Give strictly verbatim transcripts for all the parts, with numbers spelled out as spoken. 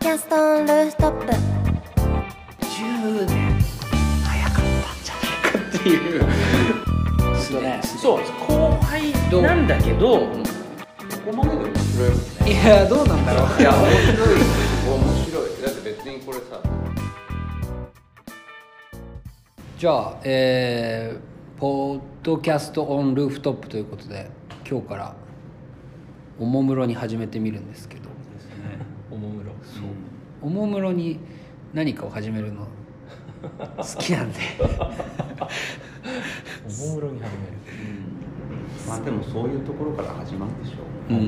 キャストオンルーフトップ。 じゅうねん早かったんじゃないかっていうそうね、そう後輩なんだけど、ここまでで面白いもんね。 いやどうなんだろう。 いや面白い面白い。だって別にこれさ、 じゃあ、えー、ポッドキャストオンルーフトップということで今日からおもむろに始めてみるんですけどですね、おもむろ、 そうおもむろに何かを始めるの好きなんでおもむろに始める、 うん、まあでもそういうところから始まるでしょう、 うん、 うん、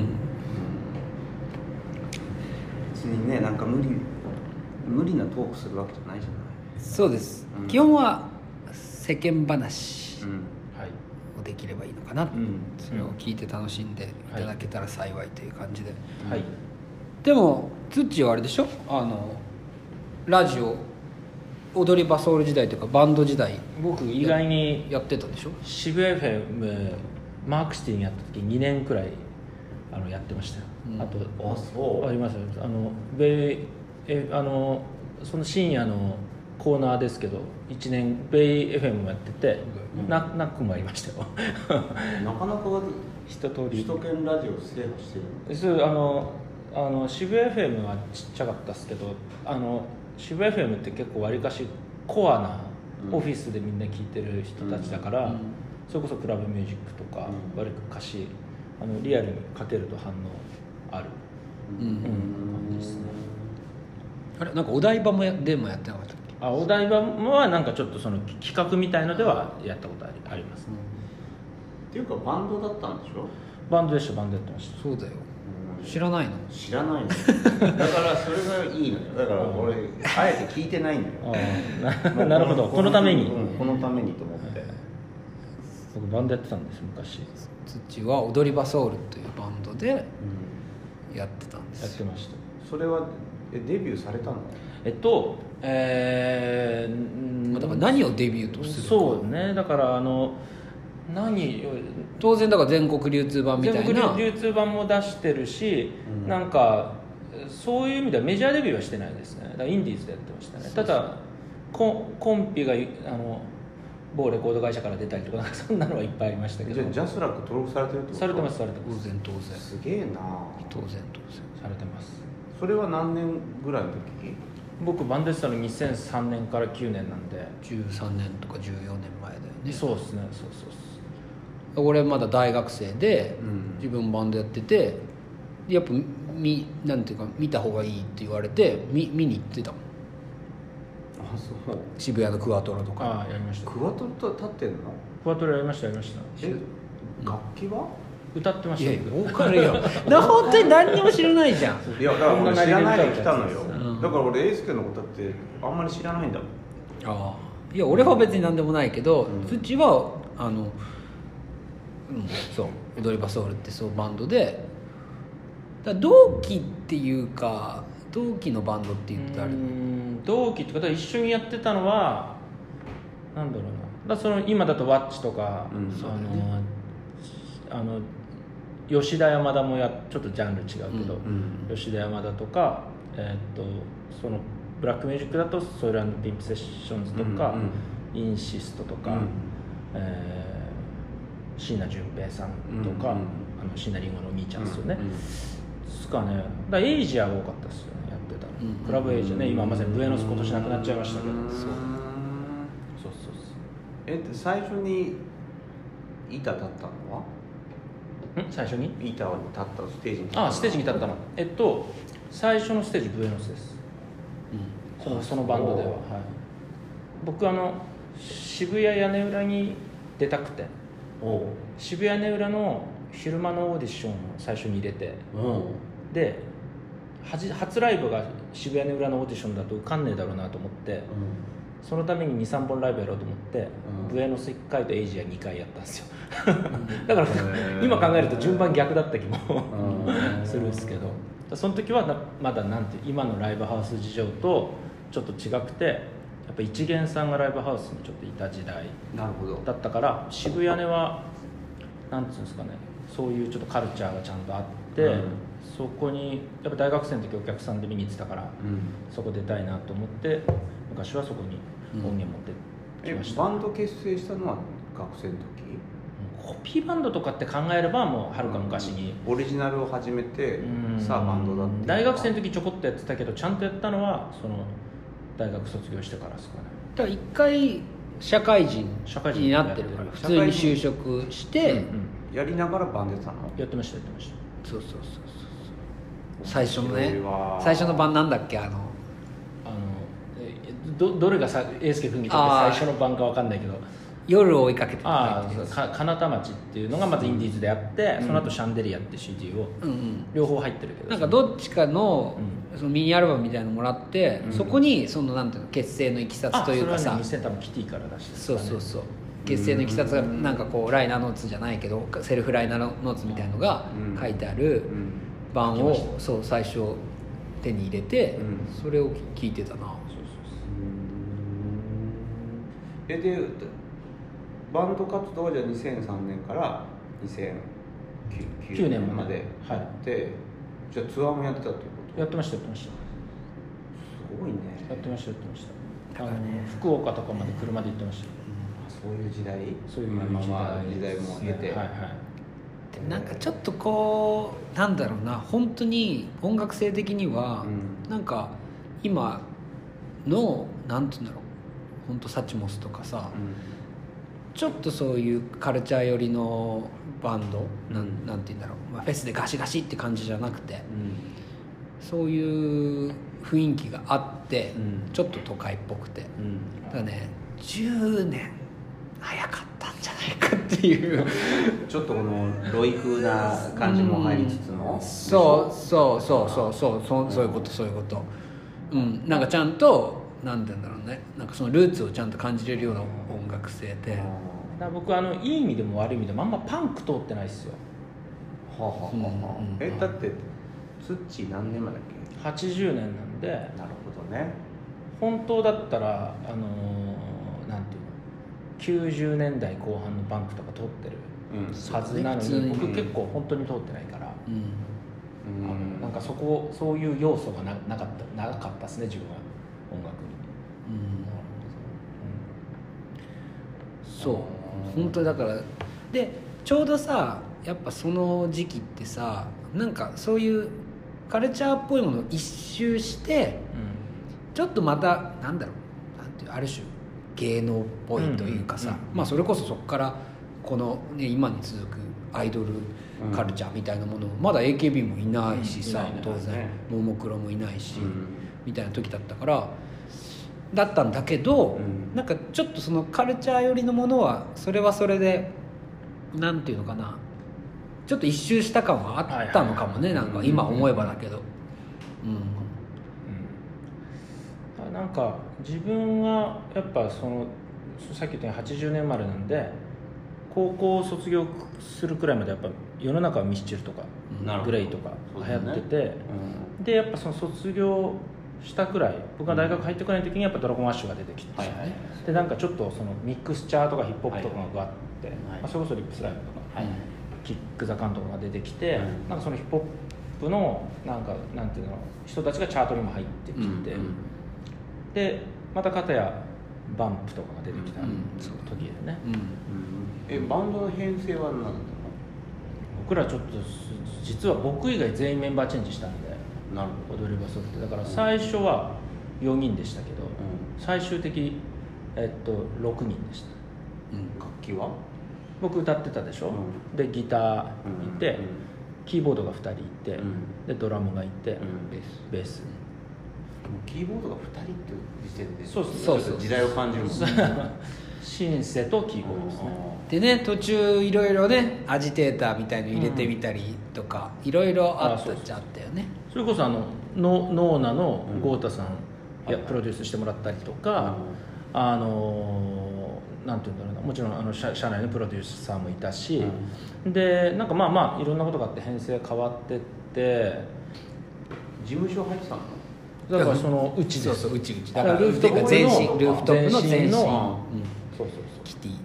別にね、なんか無理無理なトークするわけじゃないじゃない。 そうです、 うん、 基本は世間話はいをできればいいのかな、うん、それを聞いて楽しんでいただけたら幸いという感じで、 はい、 でもツッチーはあれでしょ、あのラジオ踊り場ソウル時代というかバンド時代僕意外にやってたでしょ。 渋谷 エフエム マークシティにやった時にねんくらいあのやってましたよ、うん、あとあそうありますあのベイえあのその深夜のコーナーですけどいちねんベイ エフエム もやってて、うん、ナックもありましたよなかなか一通り首都圏ラジオ制覇してる。 そうあのあの渋谷 エフエム はちっちゃかったですけど、あの渋谷 エフエム って結構わりかしコアなオフィスでみんな聞いてる人たちだから、うん、それこそクラブミュージックとかわりかしあのリアルにかけると反応ある、うんうん、感じですね。 あれなんかお台場もやでもやってなかったっけ。 あお台場はなんかちょっとその企画みたいのではやったことあり、ありますね、 うん、っていうかバンドだったんでしょ。 バンドでしたバンドやってました。 そうだよ、知らないの。 知らないのだからそれがいいのよ。だから俺あえて聞いてないのよ。 あな, なるほど、このために、 うん、このためにと思って。 僕バンドやってたんです昔。 ツッチーは踊り場ソウルというバンドでやってたんです、 やってました。 それはえデビューされたの。 えっとえー、 だから何をデビューとするか。 そうね、だからあの何当然だから全国流通版みたいな全国流通版も出してるし、うん、なんかそういう意味ではメジャーデビューはしてないですね。だからインディーズでやってましたね。ただココンピがあの某レコード会社から出たりとかそんなのはいっぱいありましたけど。 じゃあジャスラック登録されてるってこと。 されてますされてます。 当然当然。 すげえな。 当然当然されてます。 それは何年ぐらいの時。 僕バンドやってたのにせんさんねんからきゅうねんなんでじゅうさんねんとかじゅうよねんまえだよね。 そうですね、そうそうそう。俺まだ大学生で、 うん、 自分バンドやっててやっぱみなんていうか見た方がいいって言われて見見に行ってたもん。 あそう渋谷のクワトロとか。 ああやりました。 クワトロ立ってんの。 クワトロやりましたやりました。 え楽器は歌ってました。 いやボーカルよな本当に何にも知らないじゃん。 いやだから俺知らないで来たのよ、うん、だから俺エイスケのことってあんまり知らないんだもん。 ああいや俺は別に何でもないけど、うん、うちはあの、うん、そう踊り場ソウルってそうバンドでだ同期っていうか同期のバンドって言ってある。 同期って方は一緒にやってたのはなんだろうな、だその今だとワッチとか、うん、あのあの吉田山田もやちょっとジャンル違うけど、うんうん、吉田山田とか、えー、っとそのブラックミュージックだとソイル&ピンプセッションズとか、うんうん、インシストとか、うん、えー、椎名淳平さんとか、うんうん、あの椎名林檎のお兄ちゃんですよね、うんうん、ですかね。だからエイジアが多かったですよねやってたの、うんうん、クラブエイジアね、今まさにブエノス今年なくなっちゃいましたけど、うん、そうそうそうえ最初に板立ったのは最初に板に立ったステージに立ったあステージに立ったのえっと最初のステージブエノスです、うん、そのそのバンドでは、はい、僕あの渋谷屋根裏に出たくてお渋谷屋根裏の昼間のオーディションを最初に入れてで初ライブが渋谷屋根裏のオーディションだと受かんねえだろうなと思って、うん、そのために にさんぼんライブやろうと思って、うん、ブエノスいっかいとエイジアにかいやったんですよだから今考えると順番逆だった気もするんですけど、その時はまだなんて今のライブハウス事情とちょっと違くてやっぱ一元さんがライブハウスにちょっといた時代だったから渋谷根はなんていうんですかねそういうちょっとカルチャーがちゃんとあって、うん、 そこにやっぱ大学生の時お客さんで見に行ってたから、うん、そこ出たいなと思って昔はそこに音源持ってきました、 うん、バンド結成したのは学生の時？ コピーバンドとかって考えればもうはるか昔に、 うん、オリジナルを始めてさあバンドだって大学生の時ちょこっとやってたけどちゃんとやったのはその大学卒業してからですかね。 だから一回社会人になってるから普通に就職して、うんうん、 やりながらバンドやってたの？ やってましたやってましたそうそうそうそう最初のね最初の版なんだっけあのあのど, どれがさ英介君にとって最初の版か分かんないけど夜を追いかけてああ金田町っていうのがまずインディーズであって、うん、その後シャンデリアって シーディー を、うんうん、両方入ってるけどなんかどっちか の,、うん、そのミニアルバムみたいなのもらって、うん、そこにそのなんていうの結成のいきさつというかさ、 あそれはね店多分キティから出して、ね、 そうそうそう結成のいきさつがなんかこうライナーノーツじゃないけどセルフライナーノーツみたいなのが書いてある版をそう最初手に入れて、うん、それを聞いてたな。そうそうそうえでバンド活動はじゃあにせんさんねんからにせんきゅうねんまでやって、はい、じゃあツアーもやってたっていうこと？ やってましたやってましたすごいねやってましたやってましたあの、ね、福岡とかまで車で行ってました、 うん、そういう時代そういう時代、 まあ、時代も経て、 はいはい、 でなんかちょっとこうなんだろうな本当に音楽性的には、うん、なんか今のなんていうんだろう本当サチモスとかさ、うんちょっとそういうカルチャー寄りのバンド、うん、なん、なんて言うんだろう、まあ、フェスでガシガシって感じじゃなくて、うん、そういう雰囲気があって、うん、ちょっと都会っぽくて、うん、だからねじゅうねん早かったんじゃないかっていうちょっとこのロイ風な感じも入りつつの、 うん、そうそうそうそうそうそうそういうことそういうこと、うん、なんかちゃんとなんて言うんだろうねなんかそのルーツをちゃんと感じれるような音楽性でだから僕あのいい意味でも悪い意味でもあんまパンク通ってないっすよはあはあはあ、うん、えだってツッチー何年前だっけ？ はちじゅうねんなんでなるほどね本当だったらあのー、なんていうのきゅうじゅうねんだいこう半のパンクとか通ってるはずなのに、うん、僕結構本当に通ってないから、うん、あのなんかそこそういう要素が な, なかったなかったですね自分は音楽に、 うん、そう本当だからでちょうどさやっぱその時期ってさなんかそういうカルチャーっぽいものを一周して、うん、ちょっとまたなんだろうなんていうある種芸能っぽいというかさ、うんうんうん、まあそれこそそこからこの、ね、今に続くアイドルカルチャーみたいなものもまだ エーケービー もいないしさ、うん、当然ももクロもいないし、うん、みたいな時だったからだったんだけど、うん、なんかちょっとそのカルチャー寄りのものはそれはそれでなんていうのかなちょっと一周した感はあったのかもね、はいはいはい、なんか今思えばだけど、うんうん、なんか自分はやっぱそのさっき言ったようにはちじゅうねん生まれなんで高校を卒業するくらいまでやっぱ世の中はミスチルとかグレイとか流行ってて、ねうん、でやっぱその卒業したくらい僕が大学入ってくらいの時にやっぱドラゴンアッシュが出てきて、はいはい、でなんかちょっとそのミックスチャーとかヒップホップとかがあって、はいまあ、それこそリップスライムとか、はい、キック・ザ・カンとかが出てきて、はい、なんかそのヒップホップのなんかなんていうの人たちがチャートにも入ってきて、うんうん、でまた片やバンプとかが出てきた時でね、うんうん、 えバンドの編成は何だったの？ 僕らちょっと実は僕以外全員メンバーチェンジしたんでなるほど踊り場所ってだから最初はよにんでしたけど、うん、最終的、えっと、ろくにんでした、 うん、楽器は僕歌ってたでしょ、うん、でギターいて、うん、キーボードがふたりいて、うん、でドラムがいて、うん、ベースベースキーボードがふたりっていう時点でそうそうそう時代を感じるもんシンセとキーボードですねでね途中いろいろねアジテーターみたいの入れてみたりとかいろいろあったっちゃあったよね。 それこそあのノーナの豪太さん、うん、やプロデュースしてもらったりとか、うん、あのなんていうんだろうなもちろんあの 社, 社内のプロデューサーもいたし、うん、でなんかまあまあいろんなことがあって編成変わってって事務所入ってたのだからそのうちですそうそううちうちだからルーフトップの前身ルーフトップの前身の、うん、 そうそうそうキティキテ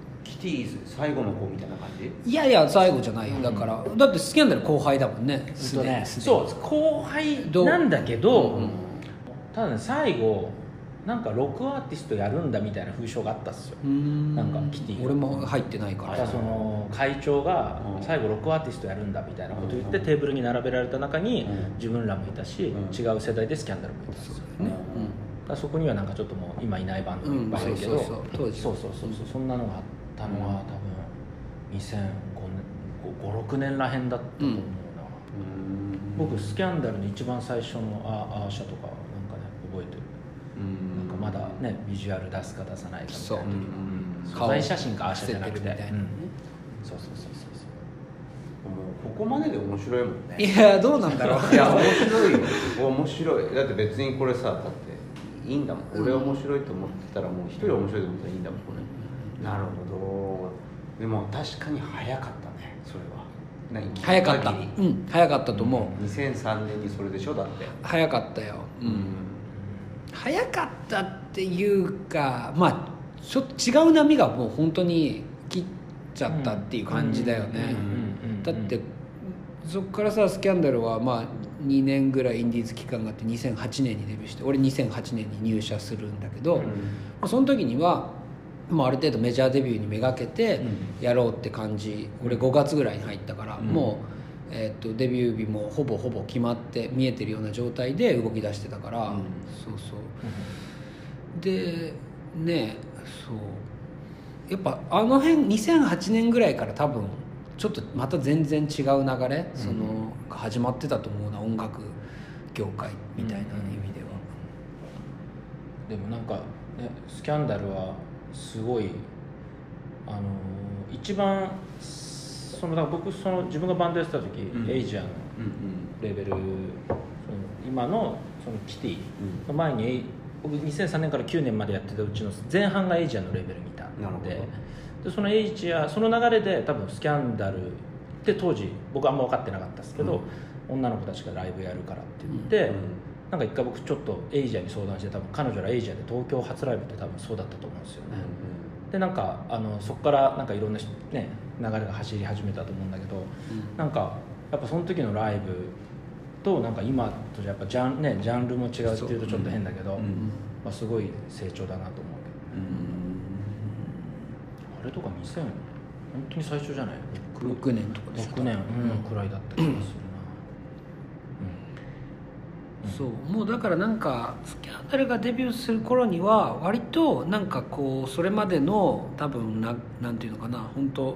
ティーズ最後の子みたいな感じ？ いやいや最後じゃないよ、だから、うん、だってスキャンダル後輩だもんね、 すでにそう後輩なんだけど、うん、ただね最後なんかロックアーティストやるんだみたいな風潮があったっすよ。なんかキティが俺も入ってないから、 その会長が最後ロックアーティストやるんだみたいなことを言ってテーブルに並べられた中に自分らもいたし、違う世代でスキャンダルもいたんですよね。だからそこにはなんかちょっともう今いないバンドいっぱいいるけど、そうそうそうそうそんなのがあったのは多分にせんご、ろくねんらへんだったと思うな。僕スキャンダルの一番最初のアーシャとかなんかね覚えてる。なんかまだねビジュアル出すか出さないかみたいな時の素材写真かアーシャじゃなくて、うん、そうそうそうそうそうもうここまでで面白いもんね。 いやどうなんだろう。 いや面白いよ面白い。だって別にこれさだっていいんだもん、うん、俺面白いと思ってたらもう一人面白いと思ったらいいんだもんこれ。なるほど。でも確かに早かったねそれは。 早かった、うん、早かったと思う、 うん、にせんさんねんにそれでしょだって早かったよ、うんうん、早かったっていうかまあちょっと違う波がもう本当に切っちゃったっていう感じだよね。だってそこからさスキャンダルはまあにねんぐらいインディーズ期間があってにせんはちねんにデビューして、俺にせんはちねんに入社するんだけど、うん、その時にはもうある程度メジャーデビューにめがけてやろうって感じ、うん、俺ごがつぐらいに入ったから、うん、もう、えー、とデビュー日もほぼほぼ決まって見えてるような状態で動き出してたから、うん、そうそう、うん、でねそうやっぱあの辺にせんはちねんぐらいから多分ちょっとまた全然違う流れ、うん、その始まってたと思うな音楽業界みたいな意味では、 うん、でもなんか、ね、スキャンダルはすごいあの一番そのだから僕その自分がバンドやってた時、うん、エイジアのレーベル、うん、その今のそのキティの前に僕にせんさんねんからきゅうねんまでやってたうちの前半がエイジアのレーベルにいたので、でそのエイジアその流れで多分スキャンダルって当時僕あんま分かってなかったですけど、うん、女の子たちがライブやるからって言って、うん、なんか一回僕ちょっとエイジアに相談して多分彼女らエイジアで東京初ライブって多分そうだったと思うんですよね、うん、でなんかあのそこからなんかいろんな、ね、流れが走り始めたと思うんだけど、うん、なんかやっぱその時のライブとなんか今とやっぱジャン、ね、ジャンルも違うっていうとちょっと変だけど、うんまあ、すごい成長だなと思うけど、うん、あれとかにせん本当に最初じゃないろくねんとかでしょろくねん、うん、くらいだった気がするな、 うんうん、そうもうだからなんかスキャンダルがデビューする頃には割となんかこうそれまでの多分ななんていうのかな本当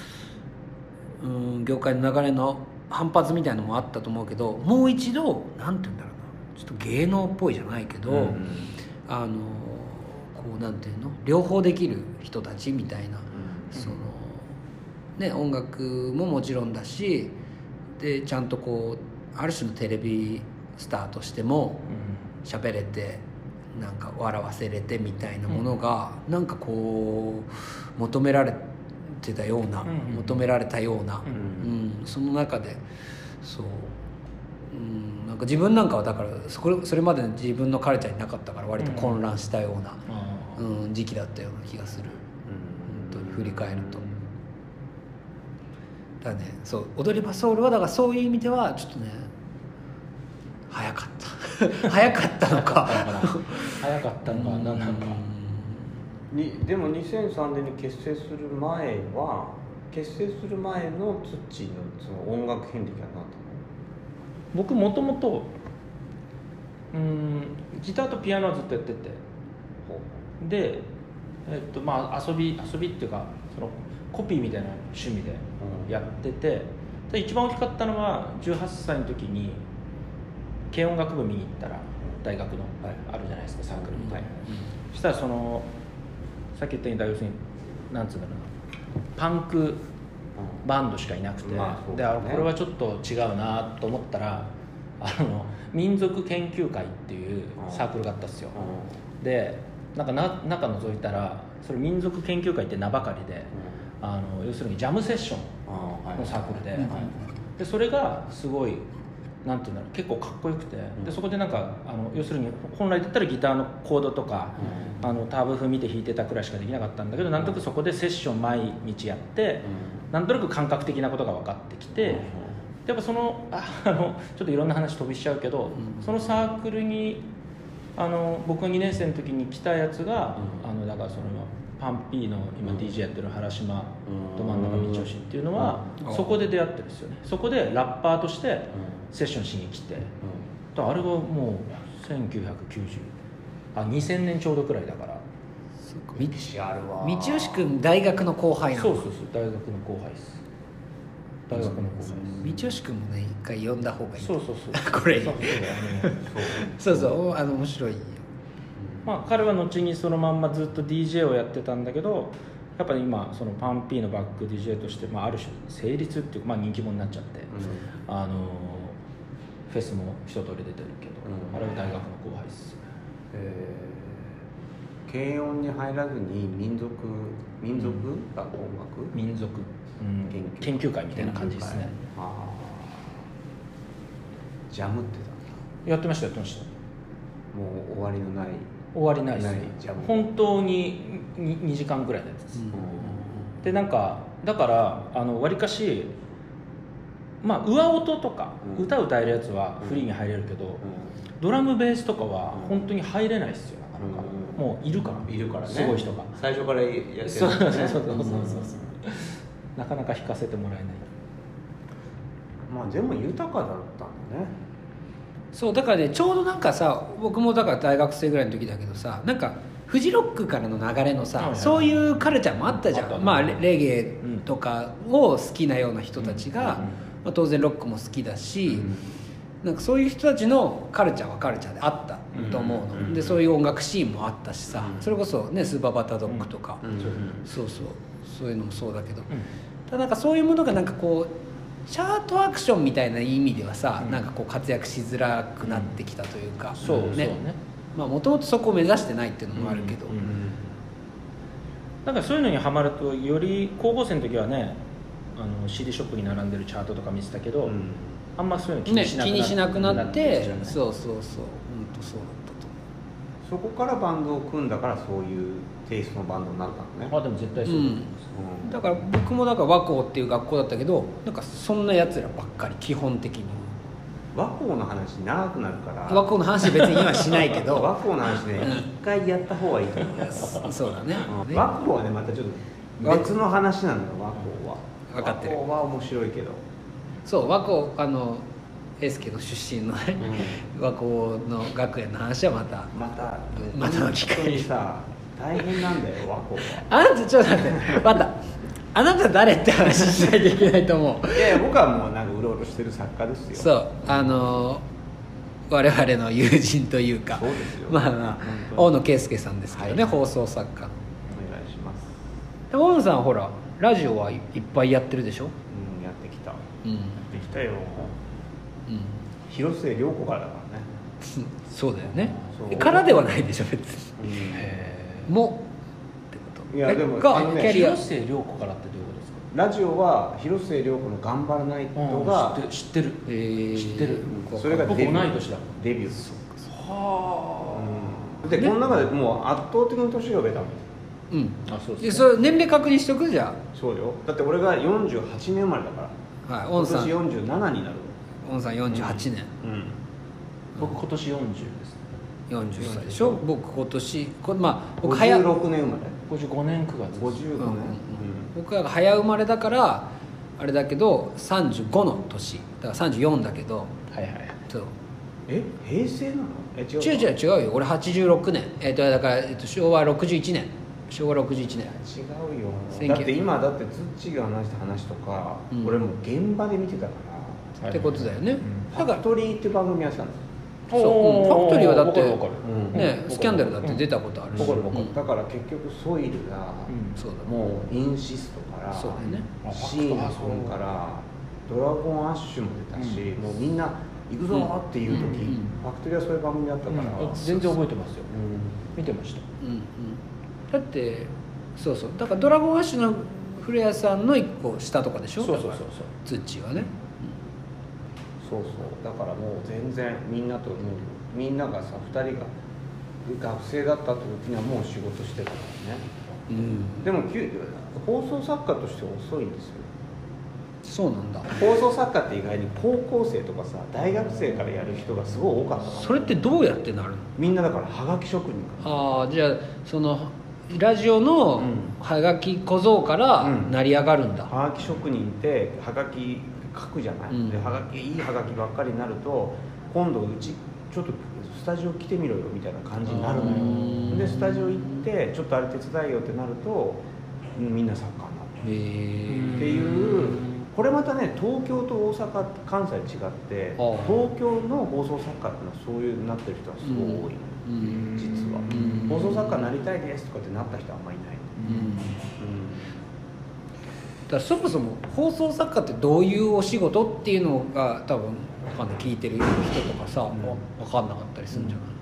うん業界の流れの反発みたいなのもあったと思うけど、もう一度なんていうんだろうなちょっと芸能っぽいじゃないけど、うん、あのこうなんていうの両方できる人たちみたいな、うん、そのね音楽ももちろんだしでちゃんとこうある種のテレビスターとしても喋れてなんか笑わせれてみたいなものが、うん、なんかこう求められてたような、うん、求められたような、うんうん、その中でそう、うん、なんか自分なんかはだからそれ、それまで自分のカルチャーになかったから割と混乱したような、うんうん、時期だったような気がする、うん、本当に振り返るとだね。そう踊り場ソウルはだからそういう意味ではちょっとね早かった早かったのか早かったのか何なのかにでもにせんさんねんに結成する前は結成する前のツッチーのその音楽遍歴は何だったの？ 僕もともとうんギターとピアノはずっとやっててで、えっとまあ、遊び遊びっていうかそのコピーみたいな趣味でやってて、うん、で一番大きかったのはじゅうはっさいの時に軽音楽部見に行ったら大学の、はい、あるじゃないですかサークルみたいな、はいうん、そしたらそのさっき言ったように要するになんつうんだろうなパンクバンドしかいなくて、うんまあね、でこれはちょっと違うなと思ったらあの民族研究会っていうサークルがあったんですよ、うん、でなんかな中覗いたらそれ民族研究会って名ばかりで、うん、あの要するにジャムセッションのサークルで、うん、でそれがすごいなんていうんだろう、結構かっこよくて、でそこでなんかあの要するに本来だったらギターのコードとか、うん、あのタブ譜見て弾いてたくらいしかできなかったんだけど、なんとなくそこでセッション毎日やって、うん、なんとなく感覚的なことが分かってきて、うん、やっぱその あ, あのちょっといろんな話飛びしちゃうけど、うん、そのサークルにあの僕がにねん生の時に来たやつが、うん、あのだからそのパンピーの今 ディージェー やってる原島ど真ん中道吉っていうのは、うん、そこで出会ってるんですよね。そこでラッパーとしてセッションしに来て、うん、あれがもうせんきゅうひゃくきゅうじゅうあにせんねんちょうどくらいだから。 歴史あるわ。道吉君大学の後輩なの。 そうそうそう、大学の後輩です。大学の後輩です。 道吉君もね一回呼んだ方がいい。 そうそうそうこれそうそうそうあの面白い。 まあ、彼は後にそのまんまずっと ディージェー をやってたんだけど、やっぱり今そのパンピーのバック ディージェー として、まあ、ある種成立っていうか、まあ、人気者になっちゃって、うん、あのフェスも一通り出てるけど、うん、あれは大学の後輩です。 えー、軽音に入らずに民族民族、うん、音楽民族、うん、研究研究会みたいな感じですね。あジャムってたんだ。 やってましたやってました。 もう終わりのない終わりないですね。本当に 2, にじかんぐらいのやつです、うん、でなんかだからあのわりかしまあ上音とか、うん、歌歌えるやつはフリーに入れるけど、うん、ドラムベースとかは本当に入れないですよ、なかなか、うん、もういるからいるからね、 すごい人が最初からやってるんですね。 そうそうそうそうそうなかなか弾かせてもらえない。 まあでも豊かだったんだね。 そうだからね、ちょうどなんかさ、僕もだから大学生ぐらいの時だけどさ、なんかフジロックからの流れのさ、はいはい、そういうカルチャーもあったじゃん、ね、まあレゲエとかを好きなような人たちが、うんまあ、当然ロックも好きだし、うん、なんかそういう人たちのカルチャーはカルチャーであったと思うの、うん、でそういう音楽シーンもあったしさ、うん、それこそねスーパーバッタードッグとか、うん、そうそうそういうのもそうだけど、うん、ただなんかそういうものがなんかこうチャートアクションみたいな意味ではさ、うん、なんかこう活躍しづらくなってきたというか、うん、 そうね、 まあもともとそこを目指してないっていうのもあるけど、うんうん、 なんかそういうのにハマるとより高校生の時はね、あの シーディー ショップに並んでるチャートとか見てたけど、うん、あんまそういうの気にしなくな、 ね、気にしなくなって、 ね、 そうそうそう本当そうだったと。 そこからバンドを組んだからそういうテイストのバンドになったのね。 あでも絶対そうだと思います、 うん、だから僕もだから和光っていう学校だったけど、なんかそんなやつらばっかり基本的に。 和光の話長くなるから和光の話別に今しないけど和光の話ね一回やった方がいいと思いますそうだね、 うん、和光はねまたちょっと別の話なんだよ和光は。 分かってる。 和光は面白いけど、 そう和光あの英介の出身のね、うん、和光の学園の話はまたまたまたの機会にさ大変なんだよ和光は。 あなたちょっと待ってまたあなた誰って話しないといけないと思う。 いやいや僕はもうなんかうろうろしてる作家ですよ。 そうあの我々の友人というか、 そうですよ、 まあまあ大野圭介さんですけどね、はい、放送作家の。 お願いします。 大野さんほらラジオはいっぱいやってるでしょ。 うんやってきた、 うん、やってきたよ、うん、広末涼子からだからねそうだよね。からではないでしょ別に、うん、 へもいやでもあの、ね、広末涼子からってどういうことですか。 ラジオは広末涼子の頑張らないとが、 うん、知ってる、えー、知ってる、 うん、それがデビュー。 僕同い年だデビューはあ、うん、で、ね、この中でもう圧倒的に年上だもん。 うんあそうですね。それ年齢確認しとくじゃん。 そうよ。だって俺がよんじゅうはちねん生まれだから、はい、今年よんじゅうななになる。 オンさんよんじゅうはちねん、 うんうん、僕今年よんじゅうですね。 よんじゅっさいでしょ。僕今年こまあ僕ごじゅうろくねん生まれ。 ごじゅうごねんくがつごじゅうごねん、うんうん、 僕は早生まれだからあれだけどさんじゅうごの年だからさんじゅうよんだけど、 はいはいそうえ平成なの。え違う違う違う違うよ。俺はちじゅうろくねん、えー、とだから、えー、と昭和ろくじゅういちねん昭和ろくじゅういちねん。 違うよ。だって今だってツッチーが話した話とか、うん、俺も現場で見てたから、 ってことだよね、うん、 だからファクトリーっていう番組やってたんですよ。 そう、うん、ファクトリーはだって、 うんね、スキャンダルだって出たことあるし、 うんうん、 だから結局ソイルが、うん、もうインシストから、 そうだね、 シーンソンからドラゴンアッシュも出たし、うん、もうみんな行くぞっていう時、うんうん、ファクトリーはそういう番組だったから、 うん、全然覚えてますよ、うん、見てました、 うんうん、だってそうそうだからドラゴンアッシュの古谷さんの一個下とかでしょ。 そうそうそうそうツッチーはね、 そうそうだからもう全然みんなともうみんながさふたりが学生だったって時にはもう仕事してたからね、うん、でも放送作家として遅いんですよ。 そうなんだ。 放送作家って意外に高校生とかさ大学生からやる人がすごい多かった。 それってどうやってなるの？ みんなだからはがき職人か。 ああ、じゃあそのラジオのはがき小僧から成り上がるんだ、うん、 はがき職人ってはがき書くじゃない、うん、ではがきいいはがきばっかりになると今度うちちょっとスタジオ来てみろよみたいな感じになるのよ。でスタジオ行ってちょっとあれ手伝いよってなるとみんな作家になるっていう。これまたね東京と大阪関西違って東京の放送作家っていうのはそういうなってる人はすごい多いの、うん、実は、うん、放送作家になりたいですとかってなった人はあんまりいない、うんうん、 だからそもそも放送作家ってどういうお仕事っていうのが多分わかんない聞いてる人とかさ、うん、分かんなかったりするんじゃない、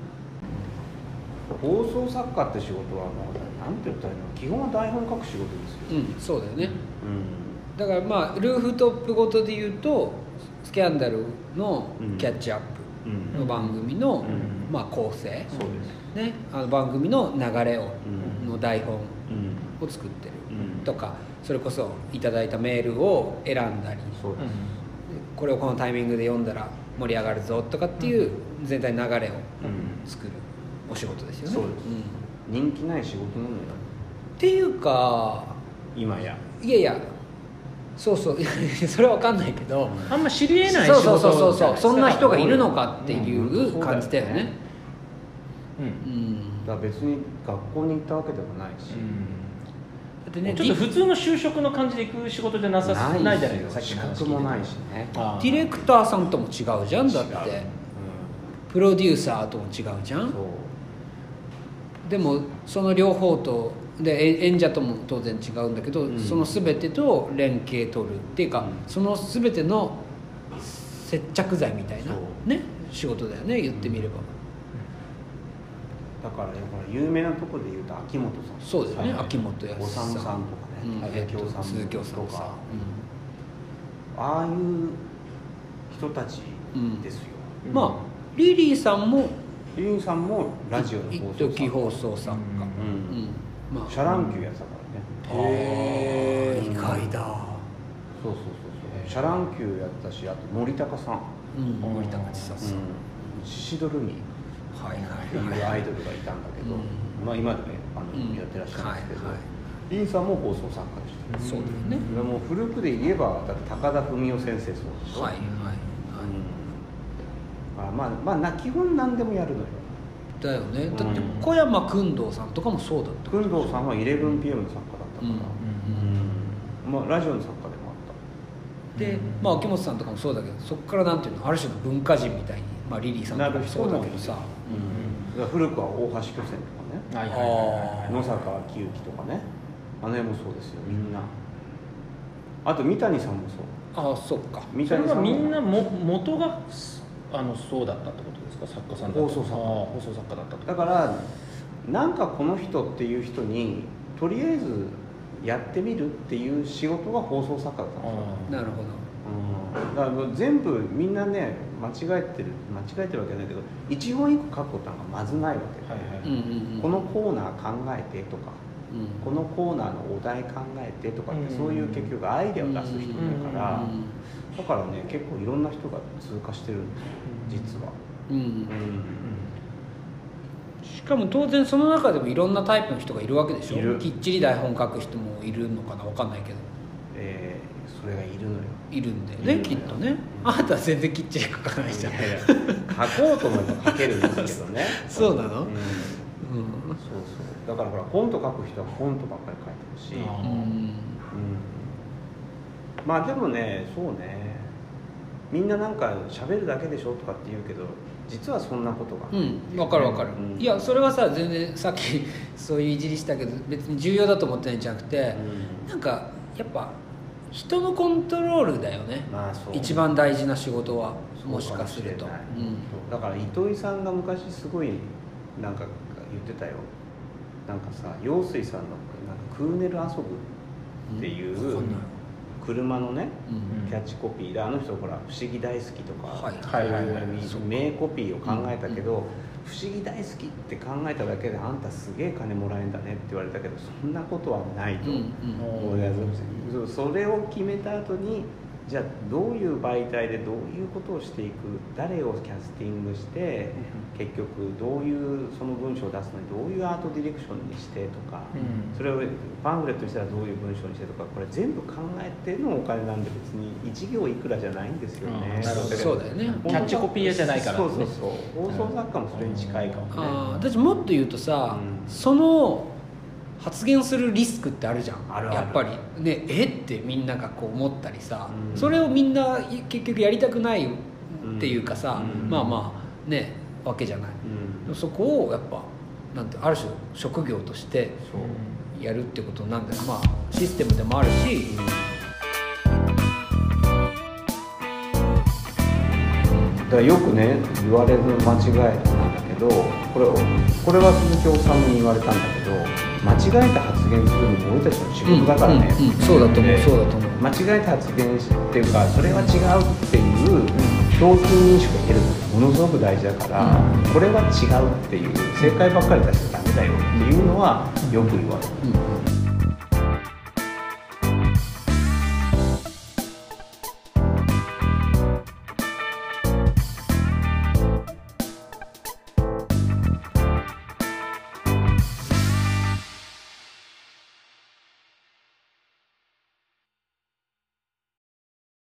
うん、放送作家って仕事はなんて言ったらいいの基本は台本書く仕事ですよ、 うん、そうだよね、うんだからまあルーフトップごとで言うとスキャンダルのキャッチアップの番組のまあ構成、 そうですね、あの番組の流れをの台本を作ってるとかそれこそいただいたメールを選んだりそうですこれをこのタイミングで読んだら盛り上がるぞとかっていう全体の流れを作るお仕事ですよね。 そうです、うん、人気ない仕事なのよっていうか今やいやいやそうそうそれは分かんないけどあんま知りえない仕事そうそうそうそうそんな人がいるのかっていう感じだよね。 うん、うん、だから別に学校に行ったわけでもないし、うん、 だってねちょっと普通の就職の感じで行く仕事じゃなさないじゃないですか。 資格もないしね。 ディレクターさんとも違うじゃんだって、うん、プロデューサーとも違うじゃん。そうでもその両方とで演者とも当然違うんだけど、うん、その全てと連携取るっていうか、うん、その全ての接着剤みたいな、ね、仕事だよね言ってみれば、 だからやっぱり有名なところで言うと秋元さんそうですね、はい、秋元康さんさんとかね、 鈴木さん鈴木さんとか、 うん、ああいう人たちですよ、 うん、まあリリーさんもリリーさんもラジオの放送作家、 うんうんまあ、シャランキューやってたからね。へえ、意外だ。そうそうそうそうシャランキューやったしあと森高さん、 うん、森高千里さん、 シシドルミはいはいっていうアイドルがいたんだけど、うん、まあ今でねあの、うん、やってらっしゃるんですけど、はいはい、リンさんも放送作家でした、 そうだよね。 もう古くで言えばだって高田文夫先生そうでしょ。 はいはいはい。 うん、あまあまあな基本何でもやるのよ。 だよね。だって小山君堂さんとかもそうだった。 君堂さんは イレブンピーエム の作家だったから、うんうん、まあラジオの作家でもあった。で、まあ秋元さんとかもそうだけど、そこからなんていうのある種の文化人みたいに、まあリリーさんとかもそうだけどさ、 うん、古くは大橋巨泉とかね、はいはいはい、野坂昭之とかね、あの辺もそうですよみんな。あと三谷さんもそう。 ああそっか。 三谷さんもみんなも元があのそうだったってことですか。作家さんだった。 放送作家。 放送作家だったと。 だからなんかこの人っていう人にとりあえずやってみるっていう仕事が放送作家だったんですよ。 なるほど。 うん、だから全部みんなね間違えてる間違えてるわけじゃないけど一言一句書くことなんかまずないわけで、はいはい、このコーナー考えてとか、うん、このコーナーのお題考えてとかって、うん、そういう結局アイデアを出す人だから、うん、だからね結構いろんな人が通過してるんですよ実は。うんうんしかも当然その中でもいろんなタイプの人がいるわけでしょ。きっちり台本書く人もいるのかな分かんないけど、 えー、それがいるのよ。 いるんだよねきっとね。あなたは全然きっちり書かないじゃん。いやいや書こうと思えば書けるんですけどねそうなの、うんうん、そうそうだからほらコント書く人はコントばっかり書いてるし、うんうん、まあでもねそうねみんななんか喋るだけでしょとかって言うけど実はそんなことがうん分かる分かる、うん、いやそれはさ全然さっきそういういじりしたけど別に重要だと思ってないんじゃなくて、うん、なんかやっぱ人のコントロールだよね、まあ、そう一番大事な仕事はもしかすると、うん、 だから糸井さんが昔すごいなんか言ってたよ。なんかさ陽水さんのなんかクーネル遊ぶっていう、うん、 車のね、 うんキャッチコピーであの人ほら「不思議大好き」とか、 はいはいはいはいそういう名コピーを考えたけど、不思議大好きって考えただけであんたすげえ金もらえんだねって言われたけど、そんなことはないと、 うんうん俺はそそれを決めた後にじゃあどういう媒体でどういうことをしていく、誰をキャスティングして結局どういうその文章を出すのにどういうアートディレクションにしてとか、 うんそれをパンフレットにしたらどういう文章にしてとか、これ全部考えてのお金なんで別に一行いくらじゃないんですよね。 あーなるほどそうだよね。 キャッチコピー屋じゃないからね。 そうそうそう放送作家もそれに近いかもね。 ああ、私もっと言うとさ、 うんその発言するリスクってあるじゃん。 あるあるやっぱりね、えってみんながこう思ったりさ、 うんそれをみんな結局やりたくないっていうかさ、 うんまあまあねわけじゃない。 うんそこをやっぱなんてある種職業としてそうやるってことなんだよ。まあシステムでもあるし、 だからよくね言われる間違いなんだけど、これこれは鈴木治に言われたんだけど、間違えた発言するのも俺たちの仕事だからね、 うんうんうんそうだと思うでそうだと思う。 間違えた発言っていうかそれは違うっていう共通認識を得るのがものすごく大事だから、これは違うっていう正解ばっかり出しちゃダメだよっていうのはよく言われる。 うん